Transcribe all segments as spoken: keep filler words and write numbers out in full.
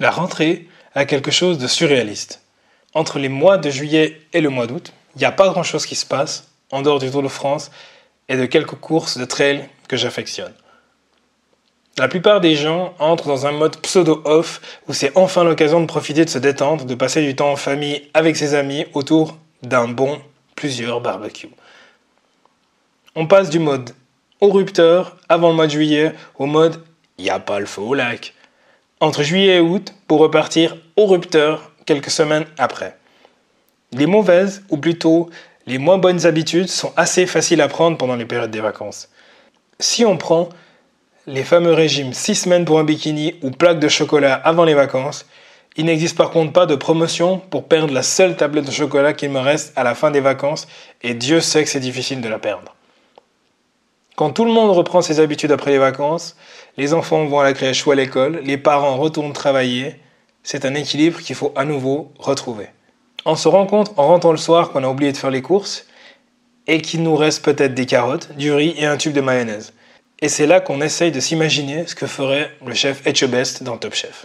La rentrée a quelque chose de surréaliste. Entre les mois de juillet et le mois d'août, il n'y a pas grand-chose qui se passe, en dehors du Tour de France et de quelques courses de trail que j'affectionne. La plupart des gens entrent dans un mode pseudo-off où c'est enfin l'occasion de profiter de se détendre, de passer du temps en famille avec ses amis autour d'un bon plusieurs barbecues. On passe du mode au rupteur avant le mois de juillet au mode y a pas le feu au lac entre juillet et août pour repartir au rupteur quelques semaines après. Les mauvaises, ou plutôt les moins bonnes habitudes sont assez faciles à prendre pendant les périodes des vacances. Si on prend les fameux régimes six semaines pour un bikini ou plaque de chocolat avant les vacances, il n'existe par contre pas de promotion pour perdre la seule tablette de chocolat qu'il me reste à la fin des vacances, et Dieu sait que c'est difficile de la perdre. Quand tout le monde reprend ses habitudes après les vacances, les enfants vont à la crèche ou à l'école, les parents retournent travailler, c'est un équilibre qu'il faut à nouveau retrouver. On se rend compte en rentrant le soir qu'on a oublié de faire les courses et qu'il nous reste peut-être des carottes, du riz et un tube de mayonnaise. Et c'est là qu'on essaye de s'imaginer ce que ferait le chef Etchebest dans Top Chef.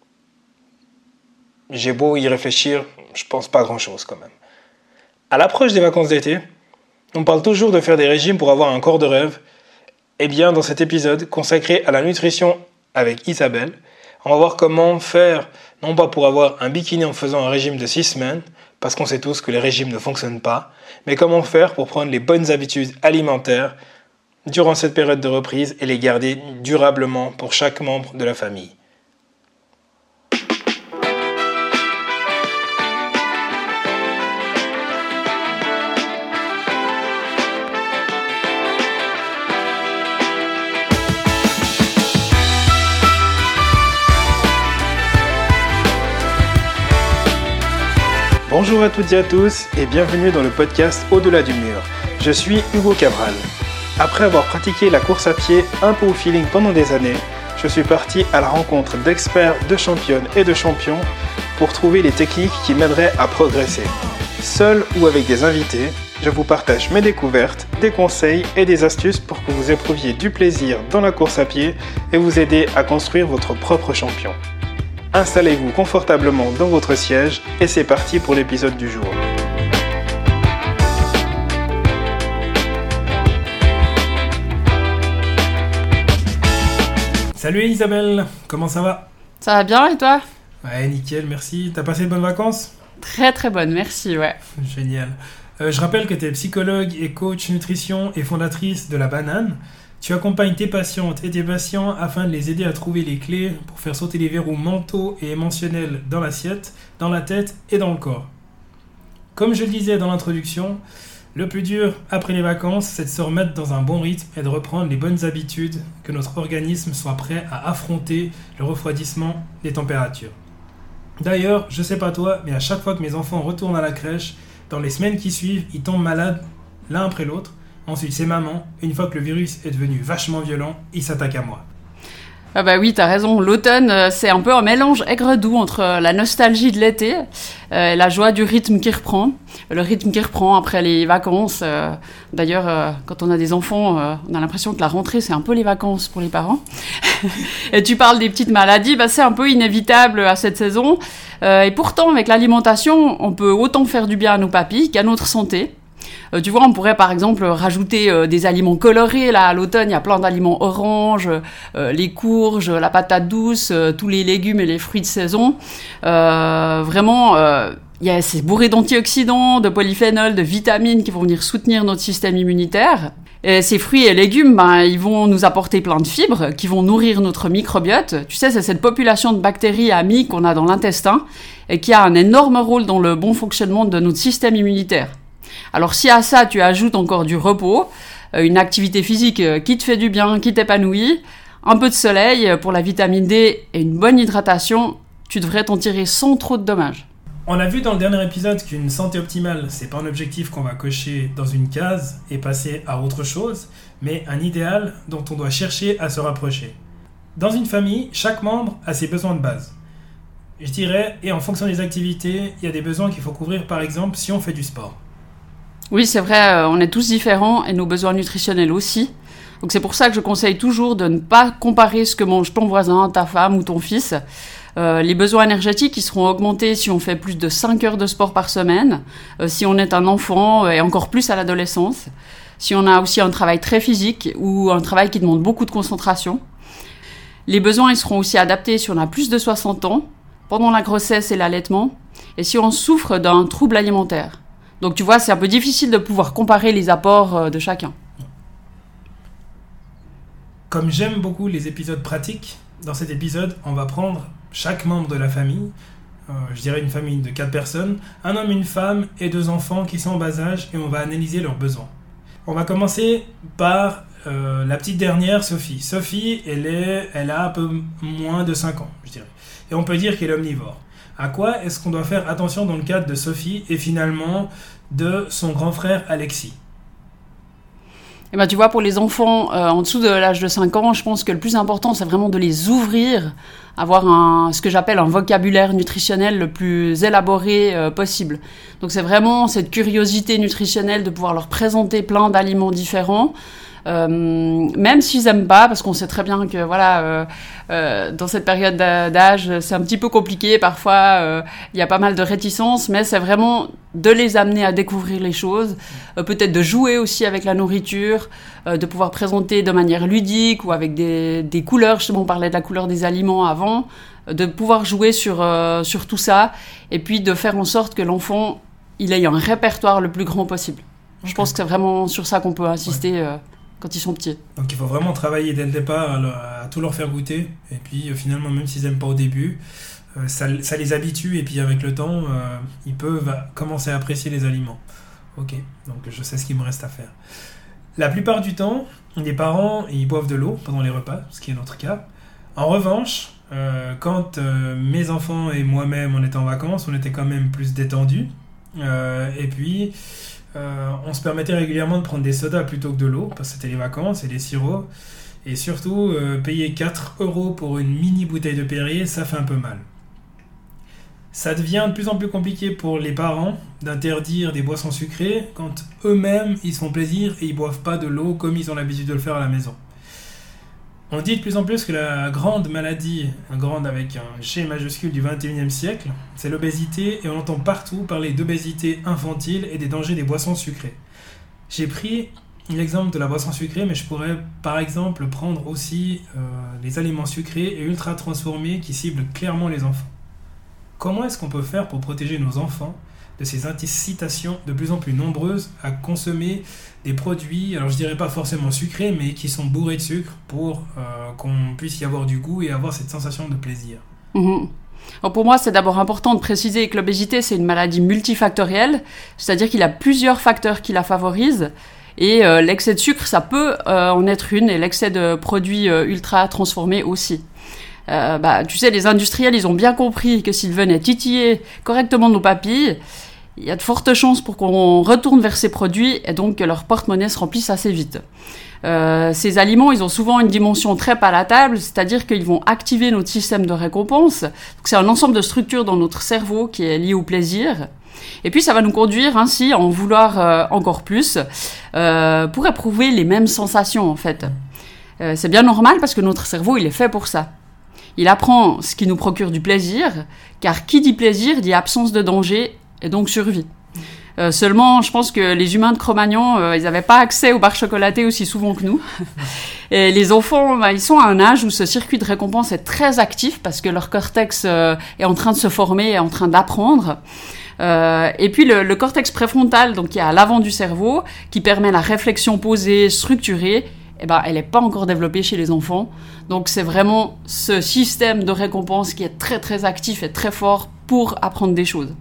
J'ai beau y réfléchir, je pense pas grand-chose quand même. À l'approche des vacances d'été, on parle toujours de faire des régimes pour avoir un corps de rêve. Eh bien, dans cet épisode consacré à la nutrition avec Isabelle, on va voir comment faire, non pas pour avoir un bikini en faisant un régime de six semaines, parce qu'on sait tous que les régimes ne fonctionnent pas, mais comment faire pour prendre les bonnes habitudes alimentaires durant cette période de reprise et les garder durablement pour chaque membre de la famille. Bonjour à toutes et à tous et bienvenue dans le podcast Au-delà du mur. Je suis Hugo Cabral. Après avoir pratiqué la course à pied un peu au feeling pendant des années, je suis parti à la rencontre d'experts, de championnes et de champions pour trouver les techniques qui m'aideraient à progresser. Seul ou avec des invités, je vous partage mes découvertes, des conseils et des astuces pour que vous éprouviez du plaisir dans la course à pied et vous aider à construire votre propre champion. Installez-vous confortablement dans votre siège et c'est parti pour l'épisode du jour. Salut Isabelle, comment ça va ? Ça va bien et toi ? Ouais, nickel, merci. T'as passé de bonnes vacances ? Très très bonne, merci, ouais. Génial. Euh, je rappelle que tu es psychologue et coach nutrition et fondatrice de La Banane. Tu accompagnes tes patientes et tes patients afin de les aider à trouver les clés pour faire sauter les verrous mentaux et émotionnels dans l'assiette, dans la tête et dans le corps. Comme je le disais dans l'introduction, le plus dur après les vacances, c'est de se remettre dans un bon rythme et de reprendre les bonnes habitudes, que notre organisme soit prêt à affronter le refroidissement des températures. D'ailleurs, je sais pas toi, mais à chaque fois que mes enfants retournent à la crèche, dans les semaines qui suivent, ils tombent malades l'un après l'autre. Ensuite, c'est maman. Une fois que le virus est devenu vachement violent, il s'attaque à moi. Ah bah oui, t'as raison. L'automne, c'est un peu un mélange aigre-doux entre la nostalgie de l'été euh, et la joie du rythme qui reprend. Le rythme qui reprend après les vacances. Euh, d'ailleurs, euh, quand on a des enfants, euh, on a l'impression que la rentrée, c'est un peu les vacances pour les parents. Et tu parles des petites maladies, bah c'est un peu inévitable à cette saison. Euh, et pourtant, avec l'alimentation, on peut autant faire du bien à nos papilles qu'à notre santé. Euh, tu vois, on pourrait par exemple rajouter euh, des aliments colorés. Là, à l'automne, il y a plein d'aliments oranges, euh, les courges, la patate douce, euh, tous les légumes et les fruits de saison. Euh, vraiment, euh, y a, c'est bourré d'antioxydants, de polyphénols, de vitamines qui vont venir soutenir notre système immunitaire. Et ces fruits et légumes, ben, ils vont nous apporter plein de fibres qui vont nourrir notre microbiote. Tu sais, c'est cette population de bactéries amies qu'on a dans l'intestin et qui a un énorme rôle dans le bon fonctionnement de notre système immunitaire. Alors si à ça tu ajoutes encore du repos, une activité physique qui te fait du bien, qui t'épanouit, un peu de soleil pour la vitamine D et une bonne hydratation, tu devrais t'en tirer sans trop de dommages. On a vu dans le dernier épisode qu'une santé optimale, c'est pas un objectif qu'on va cocher dans une case et passer à autre chose, mais un idéal dont on doit chercher à se rapprocher. Dans une famille, chaque membre a ses besoins de base. Je dirais, et en fonction des activités, il y a des besoins qu'il faut couvrir, par exemple si on fait du sport. Oui, c'est vrai, on est tous différents et nos besoins nutritionnels aussi. Donc c'est pour ça que je conseille toujours de ne pas comparer ce que mange ton voisin, ta femme ou ton fils. Euh, les besoins énergétiques ils seront augmentés si on fait plus de cinq heures de sport par semaine, euh, si on est un enfant et encore plus à l'adolescence, si on a aussi un travail très physique ou un travail qui demande beaucoup de concentration. Les besoins ils seront aussi adaptés si on a plus de soixante ans, pendant la grossesse et l'allaitement, et si on souffre d'un trouble alimentaire. Donc tu vois, c'est un peu difficile de pouvoir comparer les apports de chacun. Comme j'aime beaucoup les épisodes pratiques, dans cet épisode, on va prendre chaque membre de la famille, euh, je dirais une famille de quatre personnes, un homme, une femme et deux enfants qui sont en bas âge, et on va analyser leurs besoins. On va commencer par euh, la petite dernière, Sophie. Sophie, elle, est, elle a un peu moins de cinq ans, je dirais. Et on peut dire qu'elle est omnivore. À quoi est-ce qu'on doit faire attention dans le cadre de Sophie et finalement de son grand frère Alexis ? Eh ben, tu vois, pour les enfants euh, en dessous de l'âge de cinq ans, je pense que le plus important, c'est vraiment de les ouvrir, avoir un, ce que j'appelle un vocabulaire nutritionnel le plus élaboré euh, possible. Donc c'est vraiment cette curiosité nutritionnelle de pouvoir leur présenter plein d'aliments différents, euh, même s'ils aiment pas, parce qu'on sait très bien que voilà, euh, euh, dans cette période d'âge, c'est un petit peu compliqué. Parfois, euh, il y a pas mal de réticences, mais c'est vraiment de les amener à découvrir les choses, euh, peut-être de jouer aussi avec la nourriture, euh, de pouvoir présenter de manière ludique ou avec des, des couleurs. Justement, on parlait de la couleur des aliments avant, euh, de pouvoir jouer sur, euh, sur tout ça, et puis de faire en sorte que l'enfant il ait un répertoire le plus grand possible. Okay. Je pense que c'est vraiment sur ça qu'on peut insister. Ouais. Euh, quand ils sont petits. Donc il faut vraiment travailler dès le départ à, à tout leur faire goûter, et puis euh, finalement même s'ils n'aiment pas au début, euh, ça, ça les habitue, et puis avec le temps euh, ils peuvent commencer à apprécier les aliments. Ok, donc je sais ce qu'il me reste à faire. La plupart du temps, les parents ils boivent de l'eau pendant les repas, ce qui est notre cas. En revanche, euh, quand euh, mes enfants et moi-même on était en vacances, on était quand même plus détendus, euh, et puis Euh, on se permettait régulièrement de prendre des sodas plutôt que de l'eau, parce que c'était les vacances et les sirops, et surtout euh, payer quatre euros pour une mini bouteille de Perrier, ça fait un peu mal. Ça devient de plus en plus compliqué pour les parents d'interdire des boissons sucrées quand eux-mêmes ils se font plaisir et ils boivent pas de l'eau comme ils ont l'habitude de le faire à la maison. On dit de plus en plus que la grande maladie, un grande avec un G majuscule du vingt et unième siècle, c'est l'obésité, et on entend partout parler d'obésité infantile et des dangers des boissons sucrées. J'ai pris l'exemple de la boisson sucrée, mais je pourrais par exemple prendre aussi euh, les aliments sucrés et ultra transformés qui ciblent clairement les enfants. Comment est-ce qu'on peut faire pour protéger nos enfants de ces incitations de plus en plus nombreuses à consommer des produits, alors je dirais pas forcément sucrés, mais qui sont bourrés de sucre pour euh, qu'on puisse y avoir du goût et avoir cette sensation de plaisir. Mmh. Alors pour moi, c'est d'abord important de préciser que l'obésité, c'est une maladie multifactorielle, c'est-à-dire qu'il y a plusieurs facteurs qui la favorisent, et euh, l'excès de sucre, ça peut euh, en être une, et l'excès de produits euh, ultra transformés aussi. Euh, bah, tu sais, les industriels, ils ont bien compris que s'ils venaient titiller correctement nos papilles, il y a de fortes chances pour qu'on retourne vers ces produits et donc que leur porte-monnaie se remplisse assez vite. Euh, ces aliments, ils ont souvent une dimension très palatable, c'est-à-dire qu'ils vont activer notre système de récompense. Donc, c'est un ensemble de structures dans notre cerveau qui est lié au plaisir. Et puis, ça va nous conduire ainsi à en vouloir euh, encore plus euh, pour éprouver les mêmes sensations, en fait. Euh, c'est bien normal parce que notre cerveau, il est fait pour ça. Il apprend ce qui nous procure du plaisir, car qui dit plaisir dit absence de danger et donc survie. Euh, seulement, je pense que les humains de Cro-Magnon, euh, ils n'avaient pas accès aux barres chocolatées aussi souvent que nous. Et les enfants, bah, ils sont à un âge où ce circuit de récompense est très actif parce que leur cortex euh, est en train de se former, est en train d'apprendre. Euh, et puis le, le cortex préfrontal, donc qui est à l'avant du cerveau, qui permet la réflexion posée, structurée, eh ben, elle n'est pas encore développée chez les enfants. Donc c'est vraiment ce système de récompense qui est très très actif et très fort pour apprendre des choses.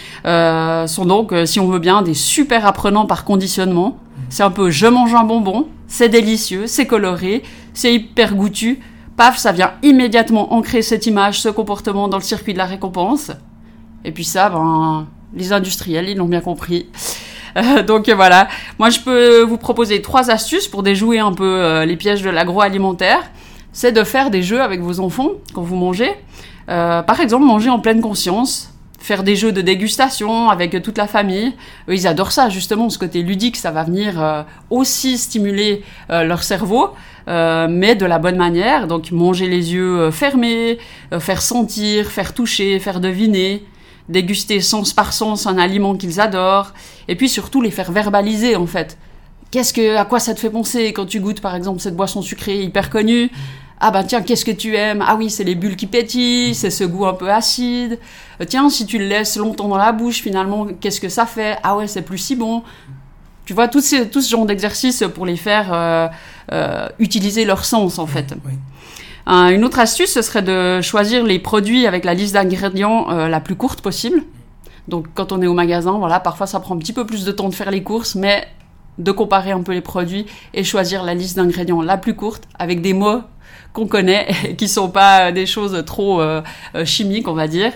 Euh, sont donc, si on veut bien, des super apprenants par conditionnement. C'est un peu je mange un bonbon, c'est délicieux, c'est coloré, c'est hyper goûtu. Paf, ça vient immédiatement ancrer cette image, ce comportement dans le circuit de la récompense. Et puis ça, ben, les industriels, ils l'ont bien compris. Euh, donc euh, voilà, moi je peux vous proposer trois astuces pour déjouer un peu euh, les pièges de l'agroalimentaire. C'est de faire des jeux avec vos enfants quand vous mangez. Euh, par exemple, manger en pleine conscience. faire des jeux de dégustation avec toute la famille. Eux, ils adorent ça, justement, ce côté ludique, ça va venir euh, aussi stimuler euh, leur cerveau, euh, mais de la bonne manière. Donc, manger les yeux euh, fermés, euh, faire sentir, faire toucher, faire deviner, déguster sens par sens un aliment qu'ils adorent, et puis surtout les faire verbaliser, en fait. Qu'est-ce que, à quoi ça te fait penser quand tu goûtes, par exemple, cette boisson sucrée hyper connue ? Ah ben tiens, qu'est-ce que tu aimes ? Ah oui, c'est les bulles qui pétillent, c'est ce goût un peu acide. Euh, tiens, si tu le laisses longtemps dans la bouche, finalement, qu'est-ce que ça fait ? Ah ouais, c'est plus si bon. Tu vois, tout, ces, tout ce genre d'exercice pour les faire euh, euh, utiliser leur sens, en fait. Oui. Euh, une autre astuce, ce serait de choisir les produits avec la liste d'ingrédients euh, la plus courte possible. Donc, quand on est au magasin, voilà, parfois ça prend un petit peu plus de temps de faire les courses, mais de comparer un peu les produits et choisir la liste d'ingrédients la plus courte avec des mots qu'on connaît et qui sont pas des choses trop euh, chimiques, on va dire.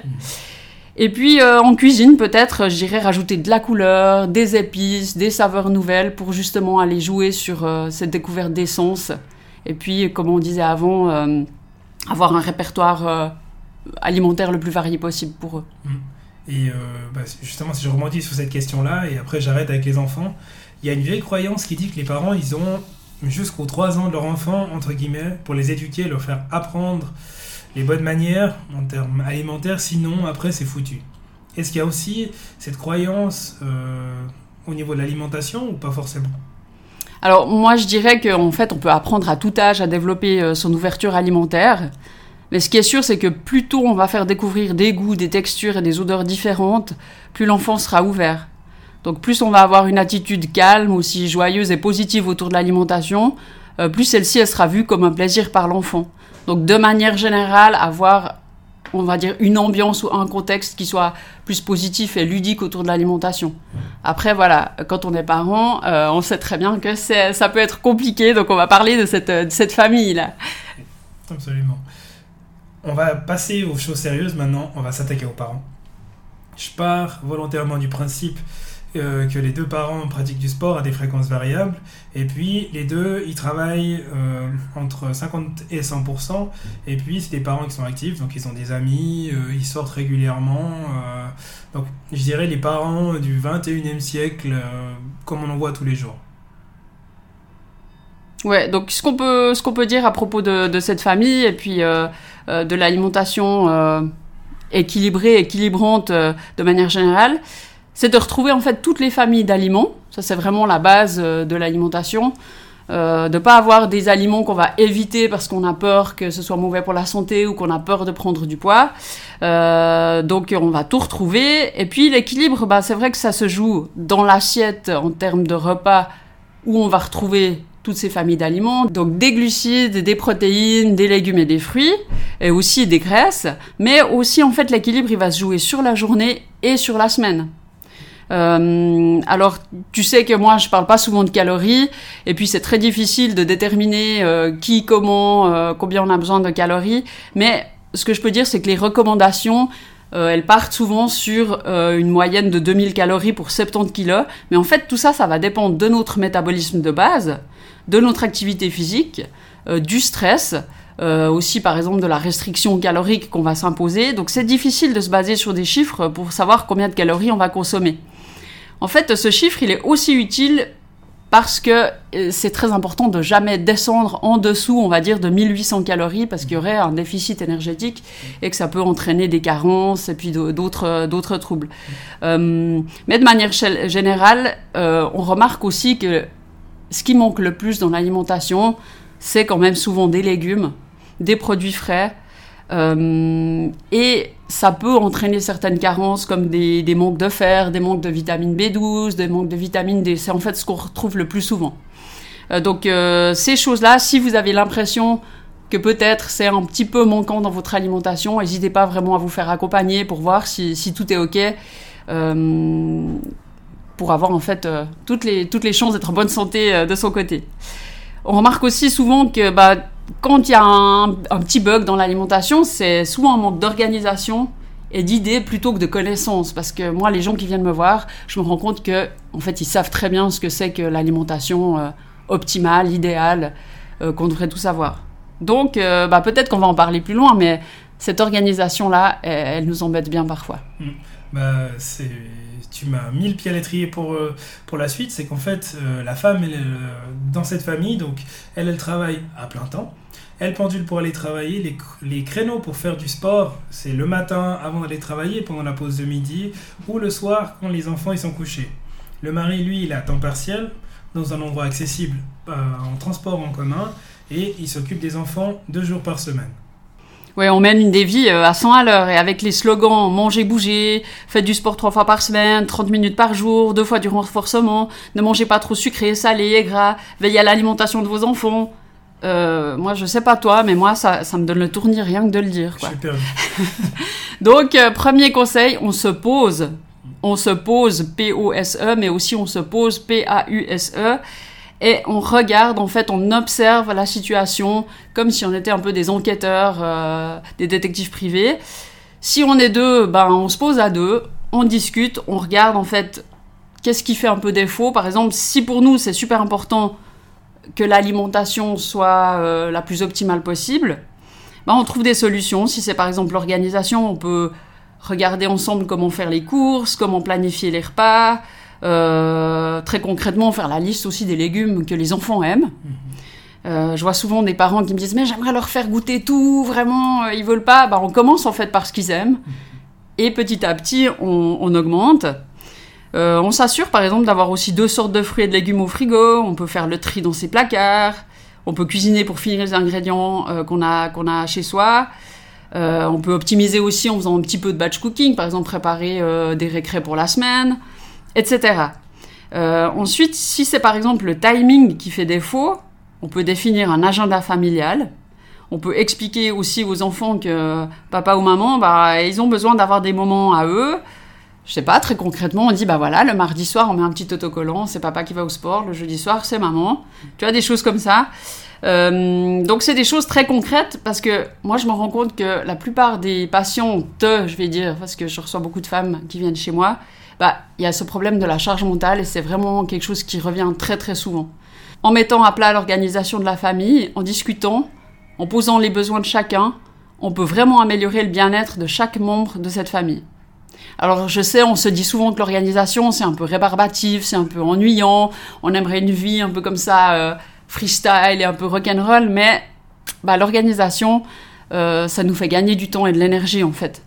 Et puis euh, en cuisine, peut-être, je dirais rajouter de la couleur, des épices, des saveurs nouvelles pour justement aller jouer sur euh, cette découverte d'essence. Et puis, comme on disait avant, euh, avoir un répertoire euh, alimentaire le plus varié possible pour eux. Et euh, bah, justement, si je rebondis sur cette question-là, et après j'arrête avec les enfants, il y a une vieille croyance qui dit que les parents, ils ont jusqu'aux trois ans de leur enfant, entre guillemets, pour les éduquer, leur faire apprendre les bonnes manières en termes alimentaires, sinon après c'est foutu. Est-ce qu'il y a aussi cette croyance euh, au niveau de l'alimentation ou pas forcément ? Alors moi je dirais qu'en fait on peut apprendre à tout âge à développer euh, son ouverture alimentaire, mais ce qui est sûr c'est que plus tôt on va faire découvrir des goûts, des textures et des odeurs différentes, plus l'enfant sera ouvert. Donc plus on va avoir une attitude calme, aussi joyeuse et positive autour de l'alimentation, euh, plus celle-ci elle sera vue comme un plaisir par l'enfant. Donc de manière générale, avoir, on va dire, une ambiance ou un contexte qui soit plus positif et ludique autour de l'alimentation. Après, voilà, quand on est parent, euh, on sait très bien que c'est, ça peut être compliqué, donc on va parler de cette, de cette famille-là. Absolument. On va passer aux choses sérieuses maintenant, on va s'attaquer aux parents. Je pars volontairement du principe Euh, que les deux parents pratiquent du sport à des fréquences variables, et puis les deux ils travaillent euh, entre cinquante et cent pour cent, et puis c'est des parents qui sont actifs, donc ils ont des amis, euh, ils sortent régulièrement, euh, donc je dirais les parents du vingt et unième siècle euh, comme on en voit tous les jours. Ouais, donc ce qu'on peut, ce qu'on peut dire à propos de, de cette famille et puis euh, euh, de l'alimentation euh, équilibrée, équilibrante euh, de manière générale, c'est de retrouver en fait toutes les familles d'aliments. Ça, c'est vraiment la base euh, de l'alimentation. Euh, de ne pas avoir des aliments qu'on va éviter parce qu'on a peur que ce soit mauvais pour la santé ou qu'on a peur de prendre du poids. Euh, donc, on va tout retrouver. Et puis, l'équilibre, bah, c'est vrai que ça se joue dans l'assiette en termes de repas où on va retrouver toutes ces familles d'aliments. Donc, des glucides, des protéines, des légumes et des fruits, et aussi des graisses. Mais aussi, en fait, l'équilibre, il va se jouer sur la journée et sur la semaine. Euh, alors, tu sais que moi, je parle pas souvent de calories, et puis c'est très difficile de déterminer euh, qui, comment, euh, combien on a besoin de calories. Mais ce que je peux dire, c'est que les recommandations, euh, elles partent souvent sur euh, une moyenne de deux mille calories pour soixante-dix kilos. Mais en fait, tout ça, ça va dépendre de notre métabolisme de base, de notre activité physique, euh, du stress. Euh, aussi par exemple de la restriction calorique qu'on va s'imposer. Donc c'est difficile de se baser sur des chiffres pour savoir combien de calories on va consommer. En fait, ce chiffre, il est aussi utile parce que c'est très important de jamais descendre en dessous, on va dire, de mille huit cents calories parce qu'il y aurait un déficit énergétique et que ça peut entraîner des carences et puis d'autres, d'autres troubles. Euh, mais de manière générale, euh, on remarque aussi que ce qui manque le plus dans l'alimentation, c'est quand même souvent des légumes, des produits frais, euh, et ça peut entraîner certaines carences comme des, des manques de fer, des manques de vitamine B douze, des manques de vitamine D. C'est en fait ce qu'on retrouve le plus souvent. Euh, donc euh, ces choses-là, si vous avez l'impression que peut-être c'est un petit peu manquant dans votre alimentation, n'hésitez pas vraiment à vous faire accompagner pour voir si, si tout est OK, euh, pour avoir en fait euh, toutes les, toutes les chances d'être en bonne santé euh, de son côté. On remarque aussi souvent que bah, quand il y a un, un petit bug dans l'alimentation, c'est souvent un manque d'organisation et d'idées plutôt que de connaissances. Parce que moi, les gens qui viennent me voir, je me rends compte que, en fait, ils savent très bien ce que c'est que l'alimentation euh, optimale, idéale, euh, qu'on devrait tous savoir. Donc, euh, bah, peut-être qu'on va en parler plus loin, mais cette organisation-là, elle, elle nous embête bien parfois. Mmh. Bah, c'est... Tu m'as mis le pied à l'étrier pour, euh, pour la suite, c'est qu'en fait, euh, la femme, elle, euh, dans cette famille, donc, elle, elle travaille à plein temps. Elle pendule pour aller travailler. Les, les créneaux pour faire du sport, c'est le matin avant d'aller travailler, pendant la pause de midi, ou le soir quand les enfants ils sont couchés. Le mari, lui, il est à temps partiel, dans un endroit accessible, euh, en transport en commun, et il s'occupe des enfants deux jours par semaine. Ouais, on mène une des vies à cent à l'heure, et avec les slogans « mangez, bougez »,« faites du sport trois fois par semaine »,« trente minutes par jour »,« deux fois du renforcement »,« ne mangez pas trop sucré, salé, gras »,« veillez à l'alimentation de vos enfants ». Euh, moi, je sais pas toi, mais moi, ça, ça me donne le tournis rien que de le dire, quoi. Super. Donc, euh, premier conseil, on se pose. On se pose, P O S E, mais aussi on se pose, P A U S E. Et on regarde, en fait, on observe la situation comme si on était un peu des enquêteurs, euh, des détectives privés. Si on est deux, ben, on se pose à deux, on discute, on regarde, en fait, qu'est-ce qui fait un peu défaut. Par exemple, si pour nous, c'est super important que l'alimentation soit euh, la plus optimale possible, ben, on trouve des solutions. Si c'est, par exemple, l'organisation, on peut regarder ensemble comment faire les courses, comment planifier les repas. Euh, très concrètement, faire la liste aussi des légumes que les enfants aiment. Mmh. Euh, je vois souvent des parents qui me disent « mais j'aimerais leur faire goûter tout, vraiment, euh, ils veulent pas ». Bah, on commence en fait par ce qu'ils aiment, mmh. et petit à petit, on, on augmente. Euh, on s'assure par exemple d'avoir aussi deux sortes de fruits et de légumes au frigo, on peut faire le tri dans ses placards, on peut cuisiner pour finir les ingrédients euh, qu'on a, qu'on a chez soi. Euh, on peut optimiser aussi en faisant un petit peu de batch cooking, par exemple préparer euh, des récrés pour la semaine, et cetera. Euh, ensuite, si c'est par exemple le timing qui fait défaut, on peut définir un agenda familial. On peut expliquer aussi aux enfants que papa ou maman, bah, ils ont besoin d'avoir des moments à eux. Je sais pas, très concrètement, on dit, bah voilà, le mardi soir, on met un petit autocollant, c'est papa qui va au sport, le jeudi soir, c'est maman. Tu vois, des choses comme ça. Euh, donc, c'est des choses très concrètes parce que moi, je me rends compte que la plupart des patientes, je vais dire, parce que je reçois beaucoup de femmes qui viennent chez moi, bah, il y a ce problème de la charge mentale et c'est vraiment quelque chose qui revient très très souvent. En mettant à plat l'organisation de la famille, en discutant, en posant les besoins de chacun, on peut vraiment améliorer le bien-être de chaque membre de cette famille. Alors je sais, on se dit souvent que l'organisation c'est un peu rébarbatif, c'est un peu ennuyant, on aimerait une vie un peu comme ça, euh, freestyle et un peu rock'n'roll, mais bah, l'organisation, euh, ça nous fait gagner du temps et de l'énergie en fait.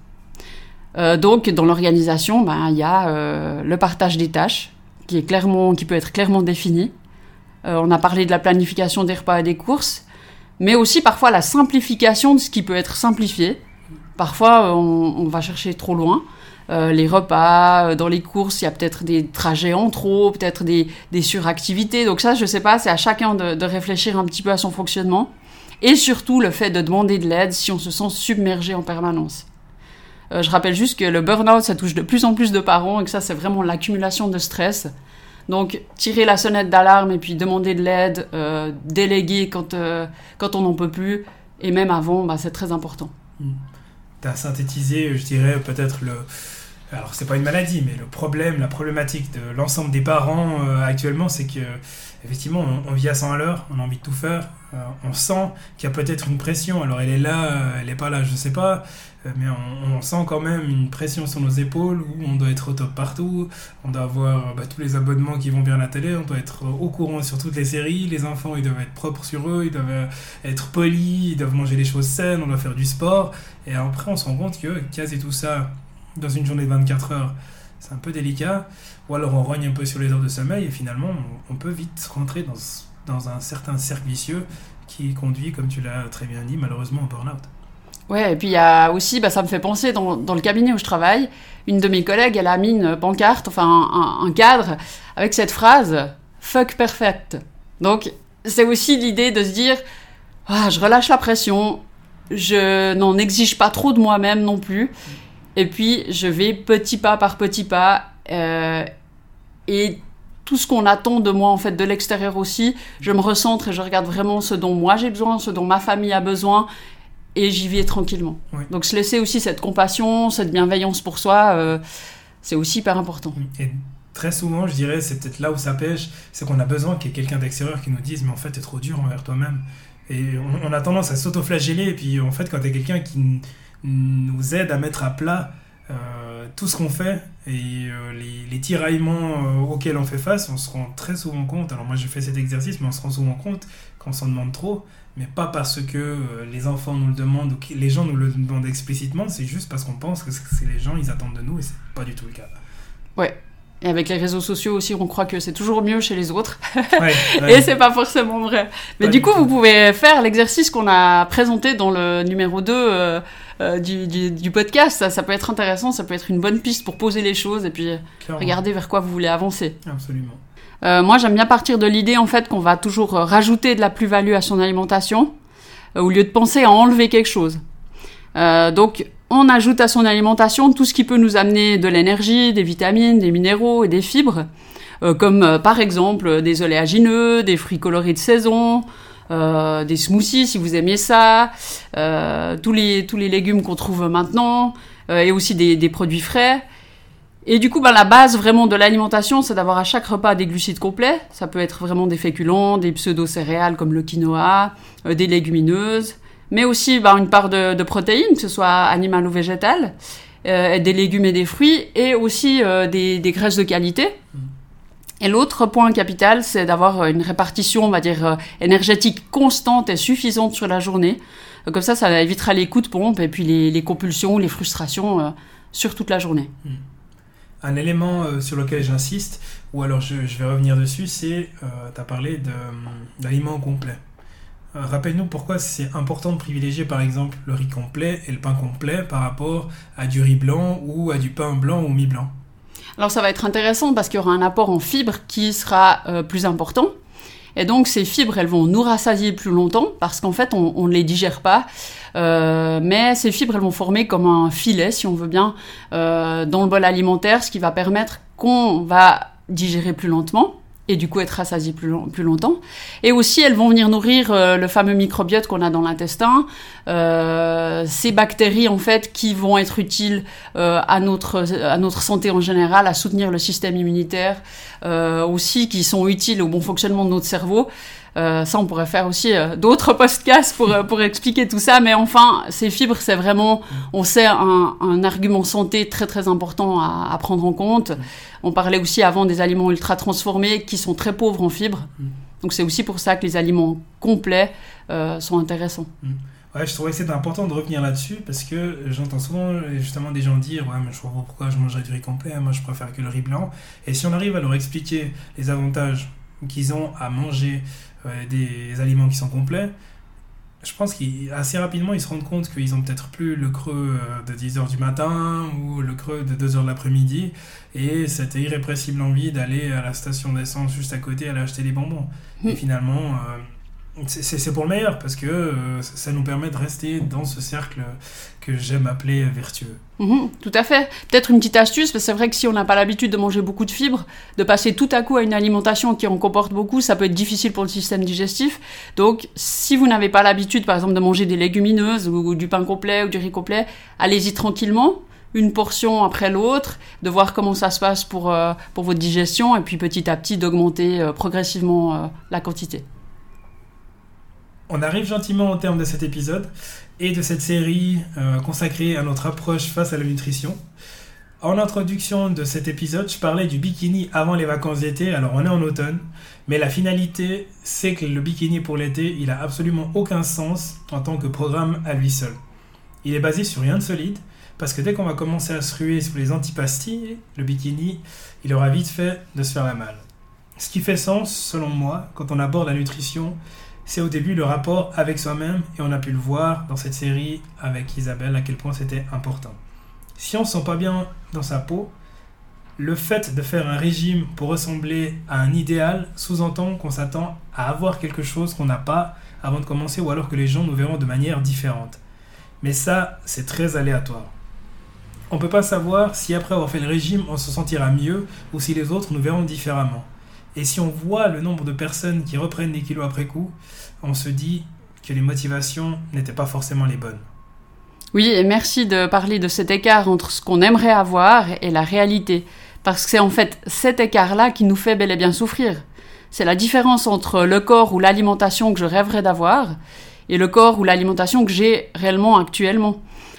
Euh, donc, dans l'organisation, ben, y a euh, le partage des tâches, qui, est clairement, qui peut être clairement défini. Euh, on a parlé de la planification des repas et des courses, mais aussi parfois la simplification de ce qui peut être simplifié. Parfois, on, on va chercher trop loin. Euh, les repas, euh, dans les courses, il y a peut-être des trajets en trop, peut-être des, des suractivités. Donc ça, je sais pas, c'est à chacun de, de réfléchir un petit peu à son fonctionnement. Et surtout, le fait de demander de l'aide si on se sent submergé en permanence. Euh, je rappelle juste que le burn-out, ça touche de plus en plus de parents et que ça, c'est vraiment l'accumulation de stress. Donc, tirer la sonnette d'alarme et puis demander de l'aide, euh, déléguer quand, euh, quand on n'en peut plus, et même avant, bah, c'est très important. Mmh. Tu as synthétisé, je dirais, peut-être le... Alors, c'est pas une maladie, mais le problème, la problématique de l'ensemble des parents euh, actuellement, c'est que effectivement, on, on vit à cent à l'heure, on a envie de tout faire, euh, on sent qu'il y a peut-être une pression. Alors, elle est là, euh, elle est pas là, je sais pas, euh, mais on, on sent quand même une pression sur nos épaules où on doit être au top partout, on doit avoir bah, tous les abonnements qui vont bien à la télé, on doit être au courant sur toutes les séries, les enfants, ils doivent être propres sur eux, ils doivent être polis, ils doivent manger des choses saines, on doit faire du sport, et après, on se rend compte que caser tout ça dans une journée de vingt-quatre heures, c'est un peu délicat, ou alors on rogne un peu sur les heures de sommeil et finalement on, on peut vite rentrer dans, dans un certain cercle vicieux qui conduit, comme tu l'as très bien dit, malheureusement au burn-out. Ouais, et puis il y a aussi, bah, ça me fait penser, dans, dans le cabinet où je travaille, une de mes collègues, elle a mis une pancarte, enfin un, un, un cadre, avec cette phrase « fuck perfect ». Donc c'est aussi l'idée de se dire ah, « je relâche la pression, je n'en exige pas trop de moi-même non plus ». Et puis, je vais petit pas par petit pas. Euh, et tout ce qu'on attend de moi, en fait, de l'extérieur aussi, je me recentre et je regarde vraiment ce dont moi j'ai besoin, ce dont ma famille a besoin. Et j'y vais tranquillement. Oui. Donc, se laisser aussi cette compassion, cette bienveillance pour soi, euh, c'est aussi hyper important. Et très souvent, je dirais, c'est peut-être là où ça pêche, c'est qu'on a besoin qu'il y ait quelqu'un d'extérieur qui nous dise « mais en fait, t'es trop dur envers toi-même ». Et on, on a tendance à s'auto-flageller. Et puis, en fait, quand t'es quelqu'un qui... nous aide à mettre à plat euh, tout ce qu'on fait et euh, les, les tiraillements euh, auxquels on fait face, on se rend très souvent compte, alors moi je fais cet exercice, mais on se rend souvent compte qu'on s'en demande trop, mais pas parce que euh, les enfants nous le demandent ou que les gens nous le demandent explicitement, c'est juste parce qu'on pense que c'est les gens, ils attendent de nous et c'est pas du tout le cas. Ouais. Et avec les réseaux sociaux aussi, on croit que c'est toujours mieux chez les autres. Ouais, ouais. Et c'est pas forcément vrai. Mais Pas du du coup, tout. vous pouvez faire l'exercice qu'on a présenté dans le numéro deux euh, euh, du, du, du podcast. Ça, ça peut être intéressant, ça peut être une bonne piste pour poser les choses et puis Clairement. regarder vers quoi vous voulez avancer. Absolument. Euh, moi, j'aime bien partir de l'idée en fait qu'on va toujours euh, rajouter de la plus-value à son alimentation euh, au lieu de penser à enlever quelque chose. Euh, donc, on ajoute à son alimentation tout ce qui peut nous amener de l'énergie, des vitamines, des minéraux et des fibres, euh, comme euh, par exemple des oléagineux, des fruits colorés de saison, euh, des smoothies si vous aimiez ça, euh, tous les tous les légumes qu'on trouve maintenant, euh, et aussi des, des produits frais. Et du coup, ben, la base vraiment de l'alimentation, c'est d'avoir à chaque repas des glucides complets. Ça peut être vraiment des féculents, des pseudo-céréales comme le quinoa, euh, des légumineuses, mais aussi ben, une part de, de protéines, que ce soit animales ou végétales, euh, des légumes et des fruits, et aussi euh, des, des graisses de qualité. Mmh. Et l'autre point capital, c'est d'avoir une répartition, on va dire, euh, énergétique constante et suffisante sur la journée. Euh, comme ça, ça évitera les coups de pompe et puis les, les compulsions, les frustrations euh, sur toute la journée. Mmh. Un élément euh, sur lequel j'insiste, ou alors je, je vais revenir dessus, c'est, euh, tu as parlé de, d'aliments complets. Euh, rappelle-nous pourquoi c'est important de privilégier par exemple le riz complet et le pain complet par rapport à du riz blanc ou à du pain blanc ou mi-blanc. Alors ça va être intéressant parce qu'il y aura un apport en fibres qui sera euh, plus important. Et donc ces fibres, elles vont nous rassasier plus longtemps parce qu'en fait, on, on ne les digère pas. Euh, mais ces fibres, elles vont former comme un filet, si on veut bien, euh, dans le bol alimentaire, ce qui va permettre qu'on va digérer plus lentement et du coup être rassasié plus, long, plus longtemps. Et aussi, elles vont venir nourrir euh, le fameux microbiote qu'on a dans l'intestin, euh, ces bactéries en fait qui vont être utiles euh, à notre à notre santé en général, à soutenir le système immunitaire, euh, aussi qui sont utiles au bon fonctionnement de notre cerveau. Euh, ça, on pourrait faire aussi euh, d'autres podcasts pour, euh, pour expliquer tout ça. Mais enfin, ces fibres, c'est vraiment, on sait, un, un argument santé très, très important à, à prendre en compte. On parlait aussi avant des aliments ultra transformés qui sont très pauvres en fibres. Donc, c'est aussi pour ça que les aliments complets euh, sont intéressants. Ouais, je trouvais que c'était important de revenir là-dessus parce que j'entends souvent justement des gens dire « Ouais, mais je vois pas pourquoi je mangerais du riz complet, moi je préfère que le riz blanc. » Et si on arrive à leur expliquer les avantages qu'ils ont à manger euh, des aliments qui sont complets, je pense qu'assez rapidement ils se rendent compte qu'ils ont peut-être plus le creux de dix heures du matin ou le creux de deux heures de l'après-midi et cette irrépressible envie d'aller à la station d'essence juste à côté aller acheter des bonbons. Mmh. Et finalement... Euh, C'est, c'est, c'est pour le meilleur parce que euh, ça nous permet de rester dans ce cercle que j'aime appeler vertueux. Mmh, tout à fait. Peut-être une petite astuce, parce que c'est vrai que si on n'a pas l'habitude de manger beaucoup de fibres, de passer tout à coup à une alimentation qui en comporte beaucoup, ça peut être difficile pour le système digestif. Donc, si vous n'avez pas l'habitude, par exemple, de manger des légumineuses ou, ou du pain complet ou du riz complet, allez-y tranquillement, une portion après l'autre, de voir comment ça se passe pour, euh, pour votre digestion, et puis petit à petit d'augmenter euh, progressivement euh, la quantité. On arrive gentiment au terme de cet épisode et de cette série euh, consacrée à notre approche face à la nutrition. En introduction de cet épisode, je parlais du bikini avant les vacances d'été, alors on est en automne, mais la finalité, c'est que le bikini pour l'été, il a absolument aucun sens en tant que programme à lui seul. Il est basé sur rien de solide, parce que dès qu'on va commencer à se ruer sur les antipastilles, le bikini, il aura vite fait de se faire la malle. Ce qui fait sens, selon moi, quand on aborde la nutrition, c'est au début le rapport avec soi-même et on a pu le voir dans cette série avec Isabelle à quel point c'était important. Si on ne se sent pas bien dans sa peau, le fait de faire un régime pour ressembler à un idéal sous-entend qu'on s'attend à avoir quelque chose qu'on n'a pas avant de commencer ou alors que les gens nous verront de manière différente. Mais ça, c'est très aléatoire. On ne peut pas savoir si après avoir fait le régime, on se sentira mieux ou si les autres nous verront différemment. Et si on voit le nombre de personnes qui reprennent des kilos après coup, on se dit que les motivations n'étaient pas forcément les bonnes. Oui, et merci de parler de cet écart entre ce qu'on aimerait avoir et la réalité. Parce que c'est en fait cet écart-là qui nous fait bel et bien souffrir. C'est la différence entre le corps ou l'alimentation que je rêverais d'avoir et le corps ou l'alimentation que j'ai réellement actuellement.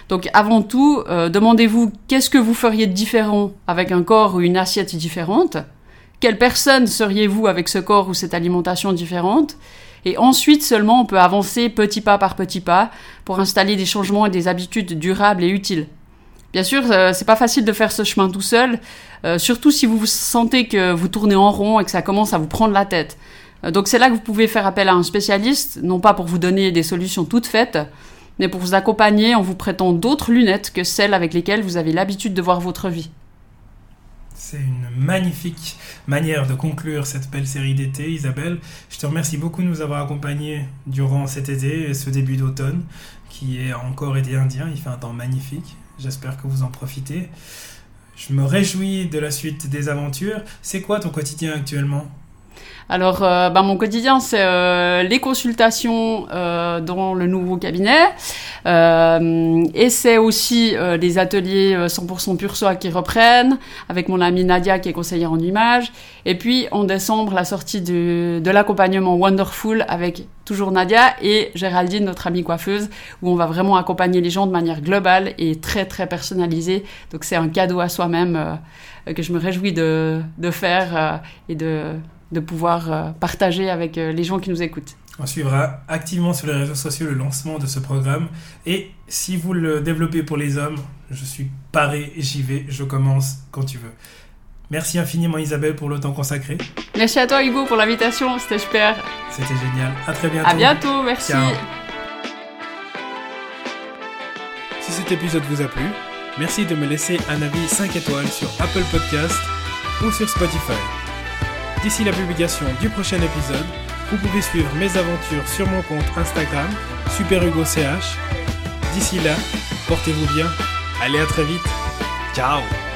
Donc avant tout, euh, demandez-vous qu'est-ce que vous feriez de différent avec un corps ou une assiette différente. Quelle personne seriez-vous avec ce corps ou cette alimentation différente? Et ensuite seulement, on peut avancer petit pas par petit pas pour installer des changements et des habitudes durables et utiles. Bien sûr, euh, c'est pas facile de faire ce chemin tout seul, euh, surtout si vous vous sentez que vous tournez en rond et que ça commence à vous prendre la tête. Euh, donc c'est là que vous pouvez faire appel à un spécialiste, non pas pour vous donner des solutions toutes faites, mais pour vous accompagner en vous prêtant d'autres lunettes que celles avec lesquelles vous avez l'habitude de voir votre vie. C'est une magnifique manière de conclure cette belle série d'été, Isabelle. Je te remercie beaucoup de nous avoir accompagnés durant cet été et ce début d'automne, qui est encore été indien. Il fait un temps magnifique. J'espère que vous en profitez. Je me réjouis de la suite des aventures. C'est quoi ton quotidien actuellement ? Alors, euh, ben, mon quotidien, c'est euh, les consultations euh, dans le nouveau cabinet. Euh, et c'est aussi euh, des ateliers euh, cent pour cent pur soie qui reprennent, avec mon amie Nadia qui est conseillère en images. Et puis, en décembre, la sortie de, de l'accompagnement Wonderful avec toujours Nadia et Géraldine, notre amie coiffeuse, où on va vraiment accompagner les gens de manière globale et très, très personnalisée. Donc, c'est un cadeau à soi-même euh, que je me réjouis de, de faire euh, et de... de pouvoir euh, partager avec euh, les gens qui nous écoutent. On suivra activement sur les réseaux sociaux le lancement de ce programme. Et si vous le développez pour les hommes, je suis paré, j'y vais, je commence quand tu veux. Merci infiniment Isabelle pour le temps consacré. Merci à toi Hugo pour l'invitation, c'était super. C'était génial. À très bientôt. À bientôt, merci. Ciao. Si cet épisode vous a plu, merci de me laisser un avis cinq étoiles sur Apple Podcast ou sur Spotify. D'ici la publication du prochain épisode, vous pouvez suivre mes aventures sur mon compte Instagram, SuperHugoCH. D'ici là, portez-vous bien. Allez, à très vite. Ciao.